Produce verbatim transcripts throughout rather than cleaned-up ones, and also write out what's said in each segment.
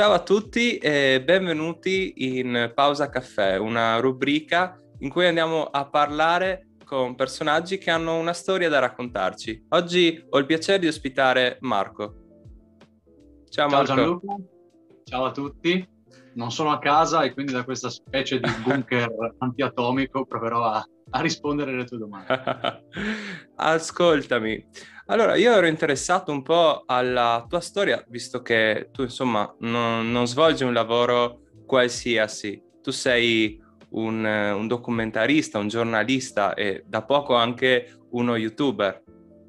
Ciao a tutti e benvenuti in Pausa Caffè, una rubrica in cui andiamo a parlare con personaggi che hanno una storia da raccontarci. Oggi ho il piacere di ospitare Marco. Ciao Ciao Marco. Gianluca, ciao a tutti. Non sono a casa e quindi da questa specie di bunker antiatomico proverò a, a rispondere alle tue domande. Ascoltami. Allora, io ero interessato un po' alla tua storia, visto che tu, insomma, non, non svolgi un lavoro qualsiasi. Tu sei un, eh, un documentarista, un giornalista e da poco anche uno YouTuber.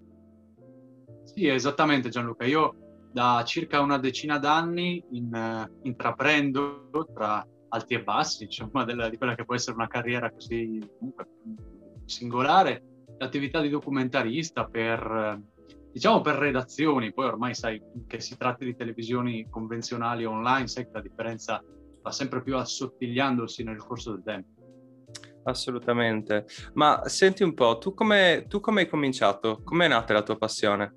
Sì, esattamente Gianluca. Io da circa una decina d'anni in, eh, intraprendo tra alti e bassi, insomma, della- di quella che può essere una carriera così comunque singolare, l'attività di documentarista per, eh, diciamo, per redazioni. Poi ormai sai che si tratti di televisioni convenzionali o online, sai che la differenza va sempre più assottigliandosi nel corso del tempo. Assolutamente. Ma senti un po', tu come, tu come hai cominciato? Come è nata la tua passione?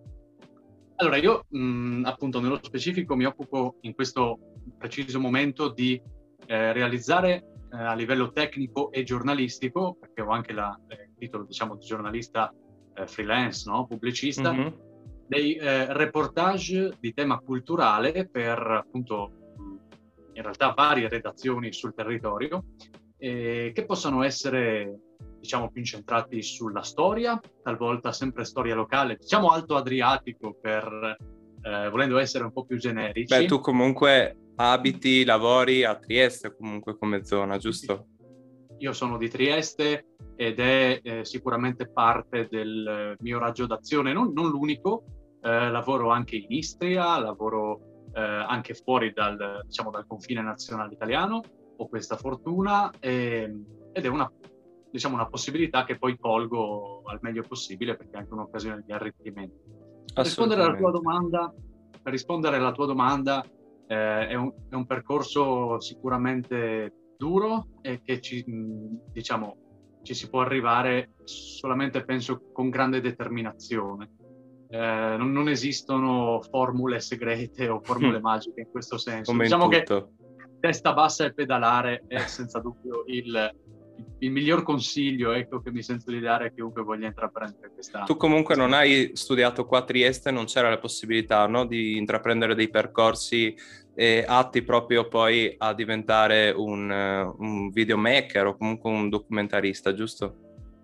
Allora, io mh, appunto nello specifico mi occupo in questo preciso momento di eh, realizzare eh, a livello tecnico e giornalistico, perché ho anche la, eh, il titolo, diciamo, di giornalista eh, freelance, no? Pubblicista, Mhm. dei eh, reportage di tema culturale per appunto mh, in realtà varie redazioni sul territorio, eh, che possano essere, diciamo, più incentrati sulla storia, talvolta sempre storia locale, diciamo alto adriatico per, eh, volendo essere un po' più Beh, generici. tu comunque abiti, lavori a Trieste comunque come zona, Sì, sì. giusto? Io sono di Trieste ed è eh, sicuramente parte del mio raggio d'azione, non, non l'unico. Eh, lavoro anche in Istria, lavoro eh, anche fuori dal, diciamo, dal confine nazionale italiano, ho questa fortuna e, ed è una, diciamo, una possibilità che poi colgo al meglio possibile perché è anche un'occasione di arricchimento. Per rispondere alla tua Assolutamente. domanda, per rispondere alla tua domanda eh, è, un, è un percorso sicuramente duro e che ci, diciamo, ci si può arrivare solamente, penso, con grande determinazione. Eh, non, non esistono formule segrete o formule magiche in questo senso. Come in Diciamo che tutto. testa bassa e pedalare è senza dubbio il, il miglior consiglio, ecco, che mi sento di dare a chiunque voglia intraprendere questa, Tu comunque questa... non hai studiato qua a Trieste, non c'era la possibilità, no, di intraprendere dei percorsi eh, atti proprio poi a diventare un, eh, un videomaker o comunque un documentarista, giusto?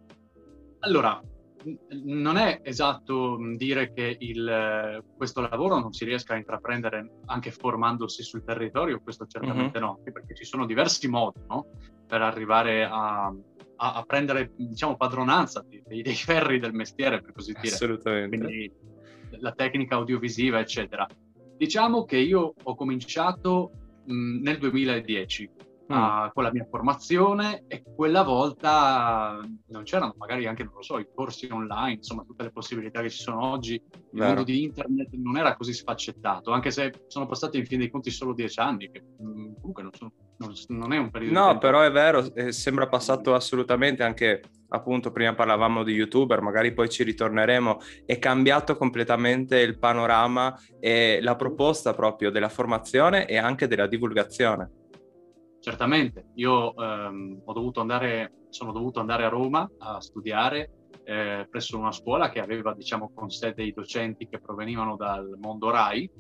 Allora, non è esatto dire che il, questo lavoro non si riesca a intraprendere anche formandosi sul territorio, questo certamente Mhm. no, anche perché ci sono diversi modi, no? Per arrivare a, a, a prendere, diciamo, padronanza dei, dei ferri del mestiere, per così dire. Assolutamente. Quindi la tecnica audiovisiva, eccetera. Diciamo che io ho cominciato mh, nel duemiladieci Mm, a, con la mia formazione e quella volta non c'erano magari anche, non lo so, i corsi online, insomma tutte le possibilità che ci sono oggi. Il mondo vero. di internet non era così sfaccettato, anche se sono passati in fin dei conti solo dieci anni, che mh, comunque non, sono, non, non è un periodo di No, tempo. però è vero, eh, sembra passato assolutamente anche, appunto, prima parlavamo di YouTuber, magari poi ci ritorneremo, è cambiato completamente il panorama e la proposta proprio della formazione e anche della divulgazione. Certamente, io ehm, ho dovuto andare, sono dovuto andare a Roma a studiare eh, presso una scuola che aveva, diciamo, con sé dei docenti che provenivano dal mondo RAI,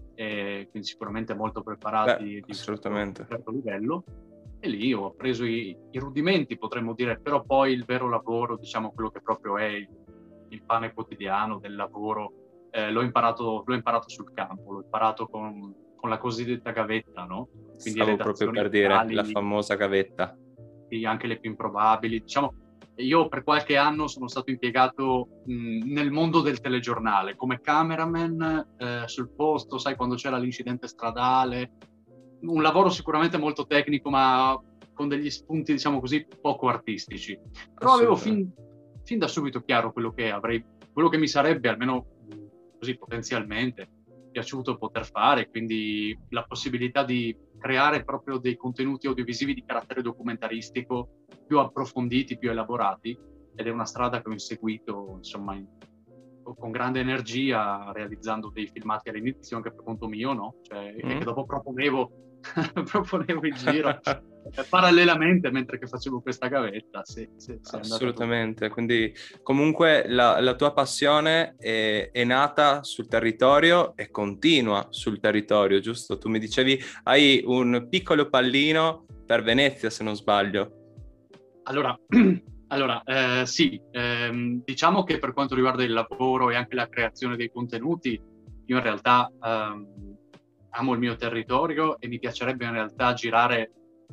e quindi sicuramente molto Beh, preparati di un certo, un assolutamente. certo livello. E lì ho preso i, i rudimenti, potremmo dire, però poi il vero lavoro, diciamo quello che proprio è il, il pane quotidiano del lavoro, eh, l'ho imparato, l'ho imparato sul campo, l'ho imparato con, con la cosiddetta gavetta, no? Quindi Stavo proprio redazioni per dire la locali, famosa gavetta. e anche le più improbabili. Diciamo, io per qualche anno sono stato impiegato mh, nel mondo del telegiornale come cameraman eh, sul posto, sai, quando c'era l'incidente stradale, un lavoro sicuramente molto tecnico, ma con degli spunti, diciamo così, poco artistici. Però avevo Assolutamente. fin, fin da subito chiaro quello che avrei, quello che mi sarebbe, almeno mh, così potenzialmente, piaciuto poter fare, quindi la possibilità di creare proprio dei contenuti audiovisivi di carattere documentaristico più approfonditi, più elaborati, ed è una strada che ho inseguito, insomma, in, con grande energia, realizzando dei filmati all'inizio anche per conto mio, no? Cioè, mm. e che dopo proponevo, proponevo in giro parallelamente mentre che facevo questa gavetta. Sì, sì, sì, assolutamente. Quindi comunque la, la tua passione è, è nata sul territorio e continua sul territorio, giusto? Tu mi dicevi hai un piccolo pallino per Venezia, se non sbaglio. Allora, allora eh, sì, ehm, diciamo che per quanto riguarda il lavoro e anche la creazione dei contenuti, io in realtà ehm, amo il mio territorio e mi piacerebbe in realtà girare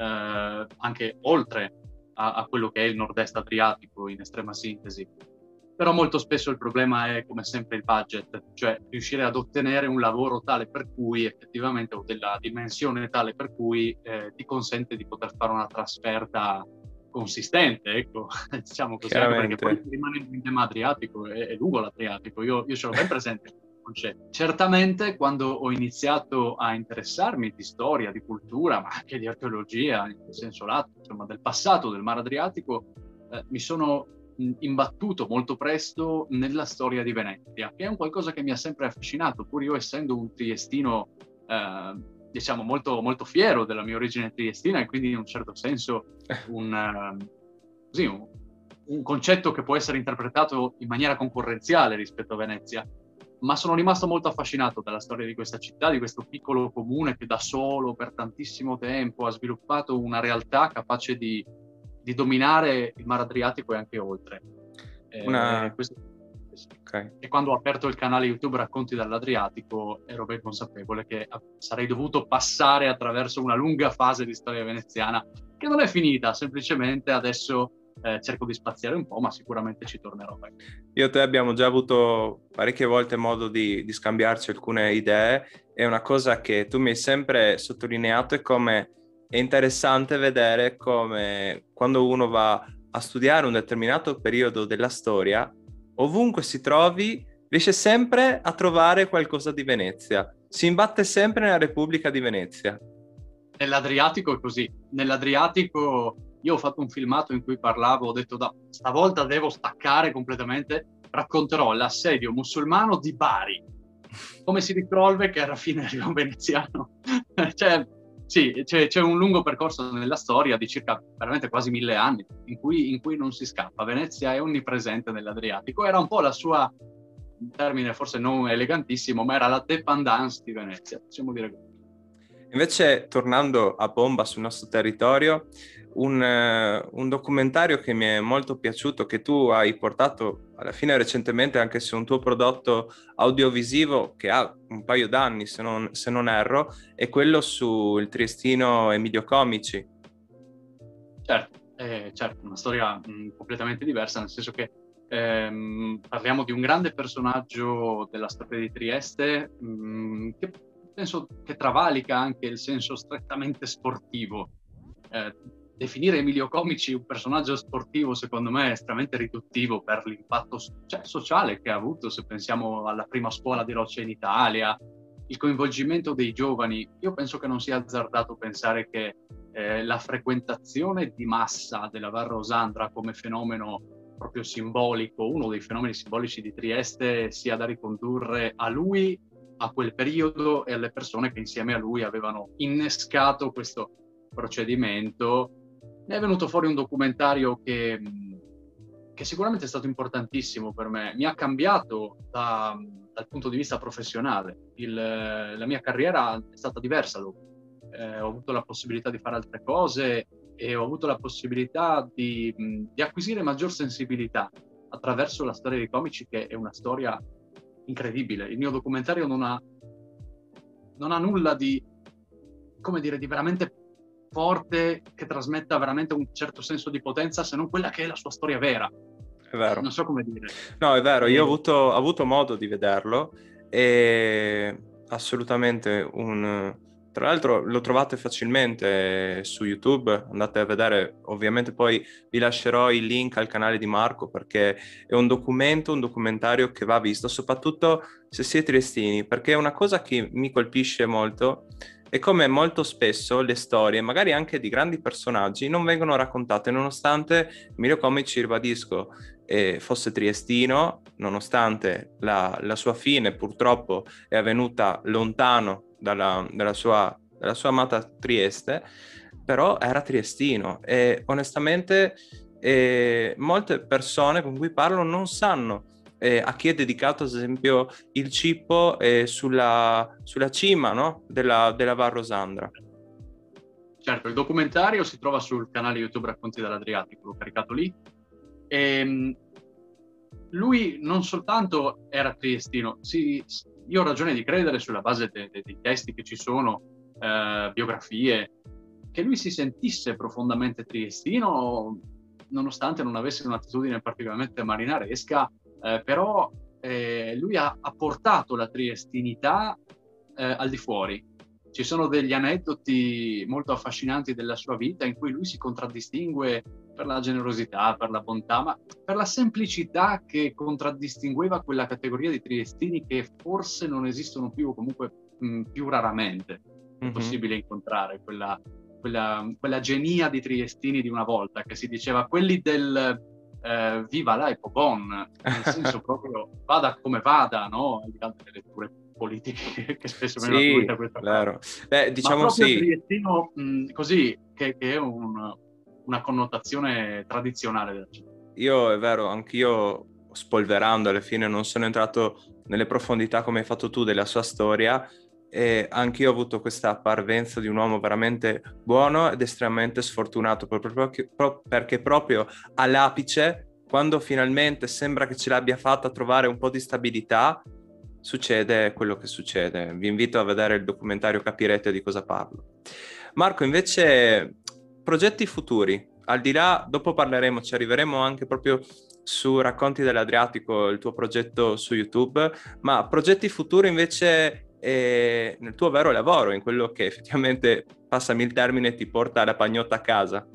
eh, anche oltre a, a quello che è il nord-est adriatico, in estrema sintesi. Però molto spesso il problema è, come sempre, il budget, cioè riuscire ad ottenere un lavoro tale per cui effettivamente, o della dimensione tale per cui eh, ti consente di poter fare una trasferta consistente, ecco, diciamo così, anche perché poi rimane in tema adriatico, è, è lungo l'Adriatico, io, io ce l'ho ben presente. Certamente quando ho iniziato a interessarmi di storia, di cultura, ma anche di archeologia, in senso lato, insomma, del passato del Mar Adriatico, eh, mi sono imbattuto molto presto nella storia di Venezia, che è un qualcosa che mi ha sempre affascinato, pur io essendo un triestino, eh, diciamo, molto, molto fiero della mia origine triestina, e quindi in un certo senso un, uh, così, un, un concetto che può essere interpretato in maniera concorrenziale rispetto a Venezia. Ma sono rimasto molto affascinato dalla storia di questa città, di questo piccolo comune che da solo per tantissimo tempo ha sviluppato una realtà capace di, di dominare il Mar Adriatico e anche oltre. Una... Eh, questo... okay. E quando ho aperto il canale YouTube Racconti dall'Adriatico ero ben consapevole che sarei dovuto passare attraverso una lunga fase di storia veneziana che non è finita, semplicemente adesso Eh, cerco di spaziare un po', ma sicuramente ci tornerò. Io e te abbiamo già avuto parecchie volte modo di, di scambiarci alcune idee, e una cosa che tu mi hai sempre sottolineato è come è interessante vedere come quando uno va a studiare un determinato periodo della storia, ovunque si trovi, riesce sempre a trovare qualcosa di Venezia, si imbatte sempre nella Repubblica di Venezia. Nell'Adriatico è così, nell'Adriatico io ho fatto un filmato in cui parlavo, ho detto da, stavolta devo staccare completamente, racconterò l'assedio musulmano di Bari, come si risolve che alla fine arriva un veneziano. Cioè, sì, c'è, c'è un lungo percorso nella storia di circa veramente quasi mille anni in cui, in cui non si scappa. Venezia è onnipresente nell'Adriatico, era un po' la sua, un termine forse non elegantissimo, ma era la dépendance di Venezia, possiamo dire così. Invece, tornando a bomba sul nostro territorio, un, uh, un documentario che mi è molto piaciuto, che tu hai portato alla fine recentemente anche su un tuo prodotto audiovisivo che ha un paio d'anni, se non, se non erro, è quello sul triestino Emilio Comici. Certo, eh, certo, una storia mh, completamente diversa, nel senso che ehm, parliamo di un grande personaggio della storia di Trieste, mh, che penso che travalica anche il senso strettamente sportivo. Eh, definire Emilio Comici un personaggio sportivo, secondo me, è estremamente riduttivo per l'impatto cioè, sociale che ha avuto, se pensiamo alla prima scuola di roccia in Italia, il coinvolgimento dei giovani. Io penso che non sia azzardato pensare che eh, la frequentazione di massa della Val Rosandra come fenomeno proprio simbolico, uno dei fenomeni simbolici di Trieste, sia da ricondurre a lui, a quel periodo e alle persone che insieme a lui avevano innescato questo procedimento. Ne è venuto fuori un documentario che, che sicuramente è stato importantissimo per me, mi ha cambiato da, dal punto di vista professionale. Il, la mia carriera è stata diversa dopo, eh, ho avuto la possibilità di fare altre cose e ho avuto la possibilità di, di acquisire maggior sensibilità attraverso la storia dei Comici, che è una storia incredibile. Il mio documentario non ha, non ha nulla di, come dire, di veramente forte, che trasmetta veramente un certo senso di potenza, se non quella che è la sua storia vera. È vero. Non so come dire. No, è vero, e... io ho avuto, ho avuto modo di vederlo e assolutamente un... Tra l'altro lo trovate facilmente su YouTube, andate a vedere, ovviamente poi vi lascerò il link al canale di Marco, perché è un documento, un documentario che va visto, soprattutto se siete triestini, perché una cosa che mi colpisce molto e come molto spesso le storie, magari anche di grandi personaggi, non vengono raccontate, nonostante Emilio Comici, ribadisco, eh, fosse triestino, nonostante la, la sua fine purtroppo è avvenuta lontano dalla, dalla sua, dalla sua amata Trieste, però era triestino e onestamente eh, molte persone con cui parlo non sanno eh, a chi è dedicato ad esempio il Cippo eh, sulla, sulla cima, no? della, della Val Rosandra. Certo, il documentario si trova sul canale YouTube Racconti dall'Adriatico, l'ho caricato lì. E lui non soltanto era triestino, si, io ho ragione di credere sulla base de, de, dei testi che ci sono, eh, biografie, che lui si sentisse profondamente triestino, nonostante non avesse un'attitudine particolarmente marinaresca, eh, però eh, lui ha, ha portato la triestinità eh, al di fuori. Ci sono degli aneddoti molto affascinanti della sua vita in cui lui si contraddistingue per la generosità, per la bontà, ma per la semplicità che contraddistingueva quella categoria di triestini che forse non esistono più, o comunque mh, più raramente è possibile mm-hmm. incontrare, quella, quella, quella genia di triestini di una volta, che si diceva quelli del eh, viva la Epobon, nel senso proprio vada come vada, no? Al di là delle letture politiche che spesso vengono sì, attribuite a questa vero. Beh, diciamo ma proprio sì. triestino mh, così, che, che è un, una connotazione tradizionale della città. Io, è vero, anch'io spolverando alla fine non sono entrato nelle profondità come hai fatto tu della sua storia, e anch'io ho avuto questa parvenza di un uomo veramente buono ed estremamente sfortunato, proprio perché proprio all'apice, quando finalmente sembra che ce l'abbia fatta a trovare un po' di stabilità, succede quello che succede. Vi invito a vedere il documentario, capirete di cosa parlo. Marco, invece, progetti futuri, al di là, dopo parleremo, ci arriveremo anche proprio su Racconti dell'Adriatico, il tuo progetto su YouTube, ma progetti futuri invece eh, nel tuo vero lavoro, in quello che effettivamente, passami il termine, ti porta la pagnotta a casa.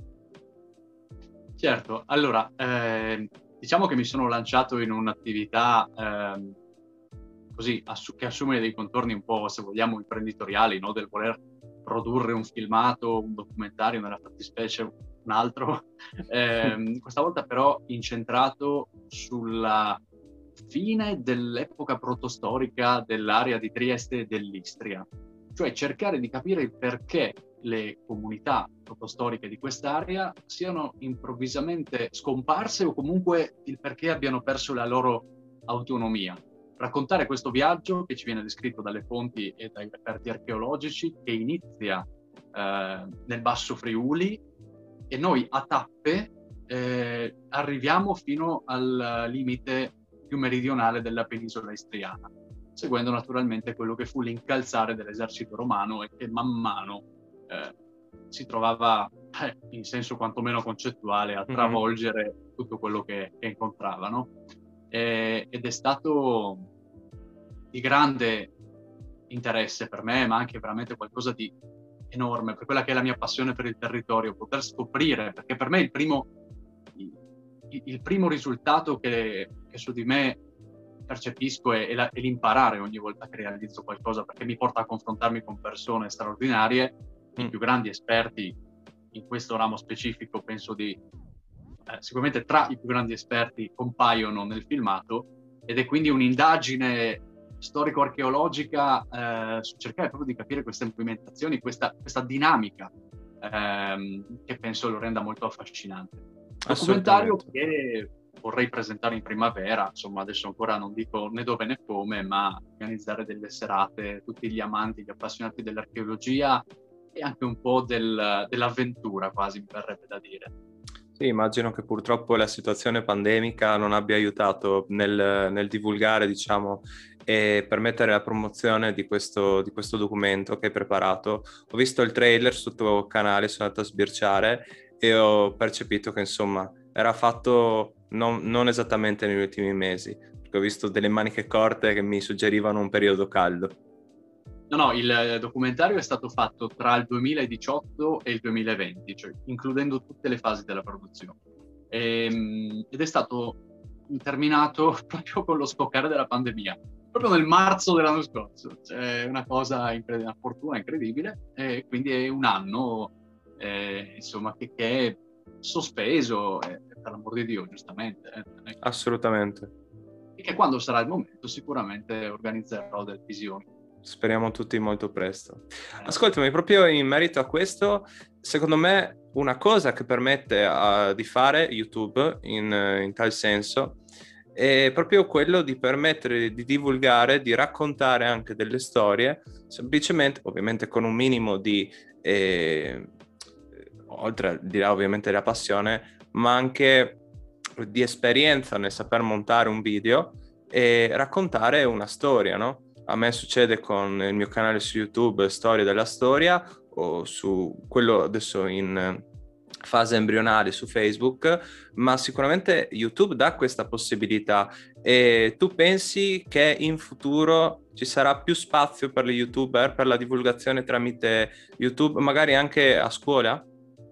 Certo, allora, eh, diciamo che mi sono lanciato in un'attività eh, così assu- che assume dei contorni un po', se vogliamo, imprenditoriali, no? Del voler produrre un filmato, un documentario, nella fattispecie un altro, eh, questa volta però incentrato sulla fine dell'epoca protostorica dell'area di Trieste e dell'Istria, cioè cercare di capire il perché le comunità protostoriche di quest'area siano improvvisamente scomparse o comunque il perché abbiano perso la loro autonomia. Raccontare questo viaggio che ci viene descritto dalle fonti e dai reperti archeologici, che inizia eh, nel Basso Friuli e noi a tappe eh, arriviamo fino al limite più meridionale della penisola istriana, seguendo naturalmente quello che fu l'incalzare dell'esercito romano e che man mano eh, si trovava, eh, in senso quantomeno concettuale, a travolgere mm-hmm. tutto quello che, che incontravano. Eh, ed è stato di grande interesse per me, ma anche veramente qualcosa di enorme per quella che è la mia passione per il territorio, poter scoprire, perché per me il primo, il, il primo risultato che, che su di me percepisco è, è, la, è l'imparare ogni volta che realizzo qualcosa, perché mi porta a confrontarmi con persone straordinarie, mm. i più grandi esperti in questo ramo specifico, penso di eh, sicuramente tra i più grandi esperti compaiono nel filmato, ed è quindi un'indagine storico-archeologica eh, su cercare proprio di capire queste movimentazioni, questa, questa dinamica ehm, che penso lo renda molto affascinante. Documentario che vorrei presentare in primavera, insomma adesso ancora non dico né dove né come, ma organizzare delle serate, tutti gli amanti, gli appassionati dell'archeologia e anche un po' del, dell'avventura, quasi mi verrebbe da dire. Sì, immagino che purtroppo la situazione pandemica non abbia aiutato nel, nel divulgare, diciamo, e permettere la promozione di questo, di questo documento che hai preparato. Ho visto il trailer sul tuo canale, sono andato a sbirciare e ho percepito che, insomma, era fatto non, non esattamente negli ultimi mesi, perché ho visto delle maniche corte che mi suggerivano un periodo caldo. No, no, il documentario è stato fatto tra il duemiladiciotto e il duemilaventi, cioè includendo tutte le fasi della produzione. E, ed è stato terminato proprio con lo scoccare della pandemia. proprio nel marzo dell'anno scorso. Cioè, una cosa, incred- una fortuna incredibile, e quindi è un anno, eh, insomma, che, che è sospeso, eh, per l'amor di Dio, giustamente. Eh, Assolutamente. e che quando sarà il momento sicuramente organizzerò delle visioni. Speriamo tutti molto presto. Eh, Ascoltami, proprio in merito a questo, secondo me una cosa che permette uh, di fare YouTube in, in tal senso è proprio quello di permettere di divulgare, di raccontare anche delle storie, semplicemente, ovviamente con un minimo di, eh, oltre di là ovviamente la passione, ma anche di esperienza nel saper montare un video e raccontare una storia, no? A me succede con il mio canale su YouTube Storia della Storia, o su quello adesso in fase embrionale su Facebook, ma sicuramente YouTube dà questa possibilità. E tu pensi che in futuro ci sarà più spazio per gli YouTuber, per la divulgazione tramite YouTube, magari anche a scuola?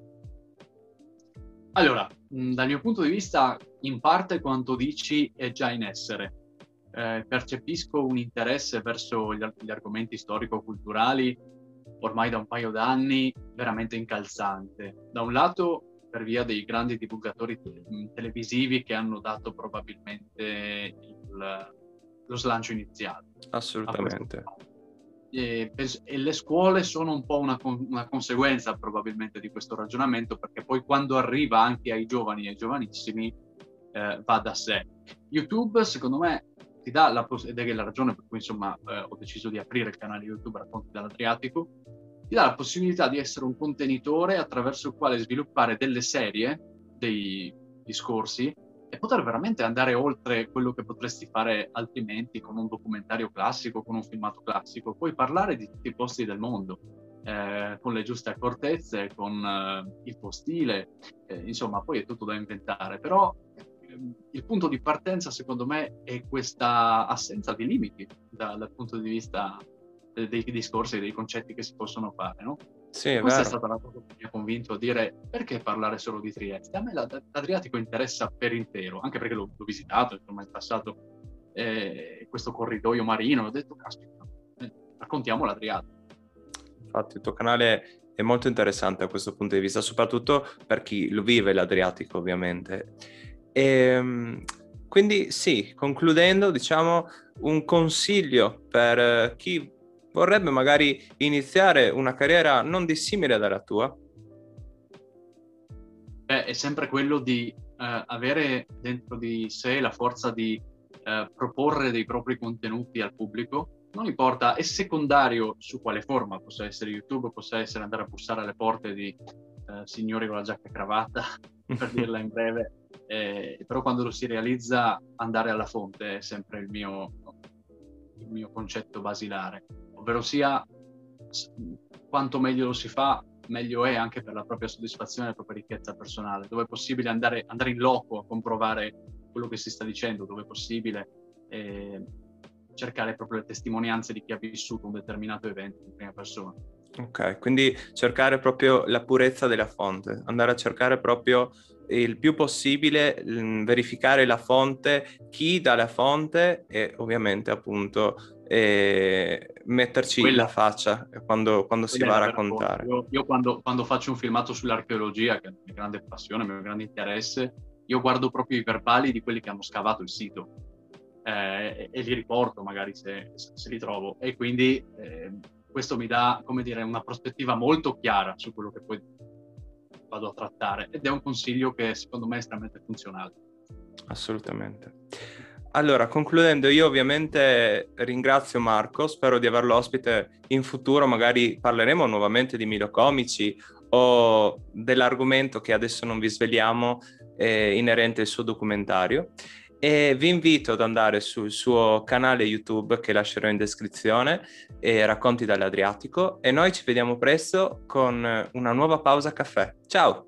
Allora, mh, dal mio punto di vista, in parte quanto dici è già in essere. Eh, percepisco un interesse verso gli, gli argomenti storico-culturali ormai da un paio d'anni veramente incalzante. Da un lato per via dei grandi divulgatori te- televisivi che hanno dato probabilmente il, lo slancio iniziale. Assolutamente. E, pens- e le scuole sono un po' una, con- una conseguenza probabilmente di questo ragionamento, perché poi quando arriva anche ai giovani e ai giovanissimi eh, va da sé. YouTube secondo me ti dà la poss- ed è la ragione per cui insomma eh, ho deciso di aprire il canale YouTube Racconti dall'Adriatico, ti dà la possibilità di essere un contenitore attraverso il quale sviluppare delle serie, dei discorsi, e poter veramente andare oltre quello che potresti fare altrimenti con un documentario classico, con un filmato classico. Puoi parlare di tutti i posti del mondo, eh, con le giuste accortezze, con eh, il tuo stile, eh, insomma, poi è tutto da inventare, però ehm, il punto di partenza secondo me è questa assenza di limiti da, dal punto di vista de- dei discorsi e dei concetti che si possono fare, no? Sì, E è questa è vero. stata la cosa che mi ha convinto a dire perché parlare solo di Trieste? A me l'Adriatico interessa per intero, anche perché l'ho, l'ho visitato, insomma, in passato eh, questo corridoio marino, ho detto, caspita, eh, raccontiamo l'Adriatico. Infatti il tuo canale è molto interessante da questo punto di vista, soprattutto per chi lo vive l'Adriatico, ovviamente. E, quindi sì, concludendo, diciamo, un consiglio per eh, chi vorrebbe magari iniziare una carriera non dissimile dalla tua? Beh, è sempre quello di eh, avere dentro di sé la forza di eh, proporre dei propri contenuti al pubblico. Non importa, è secondario su quale forma, possa essere YouTube, possa essere andare a bussare alle porte di eh, signori con la giacca e cravatta, per dirla in breve, eh, però quando lo si realizza andare alla fonte è sempre il mio, il mio concetto basilare, ovvero sia quanto meglio lo si fa, meglio è anche per la propria soddisfazione e la propria ricchezza personale, dove è possibile andare, andare in loco a comprovare quello che si sta dicendo, dove è possibile eh, cercare proprio le testimonianze di chi ha vissuto un determinato evento in prima persona. Ok, quindi cercare proprio la purezza della fonte, andare a cercare proprio il più possibile, mh, verificare la fonte, chi dà la fonte e ovviamente appunto eh, metterci Quella, la faccia quando, quando si quella è va a la vera fonte. raccontare. Io, io quando, quando faccio un filmato sull'archeologia, che è una mia grande passione, il mio grande interesse, io guardo proprio i verbali di quelli che hanno scavato il sito eh, e, e li riporto magari se, se li trovo, e quindi eh, questo mi dà, come dire, una prospettiva molto chiara su quello che poi vado a trattare, ed è un consiglio che secondo me è estremamente funzionale. Assolutamente. Allora, concludendo, io ovviamente ringrazio Marco, spero di averlo ospite in futuro, magari parleremo nuovamente di Milo Comici o dell'argomento che adesso non vi sveliamo eh, inerente al suo documentario, e vi invito ad andare sul suo canale YouTube che lascerò in descrizione, e Racconti dall'Adriatico, e noi ci vediamo presto con una nuova pausa caffè. Ciao!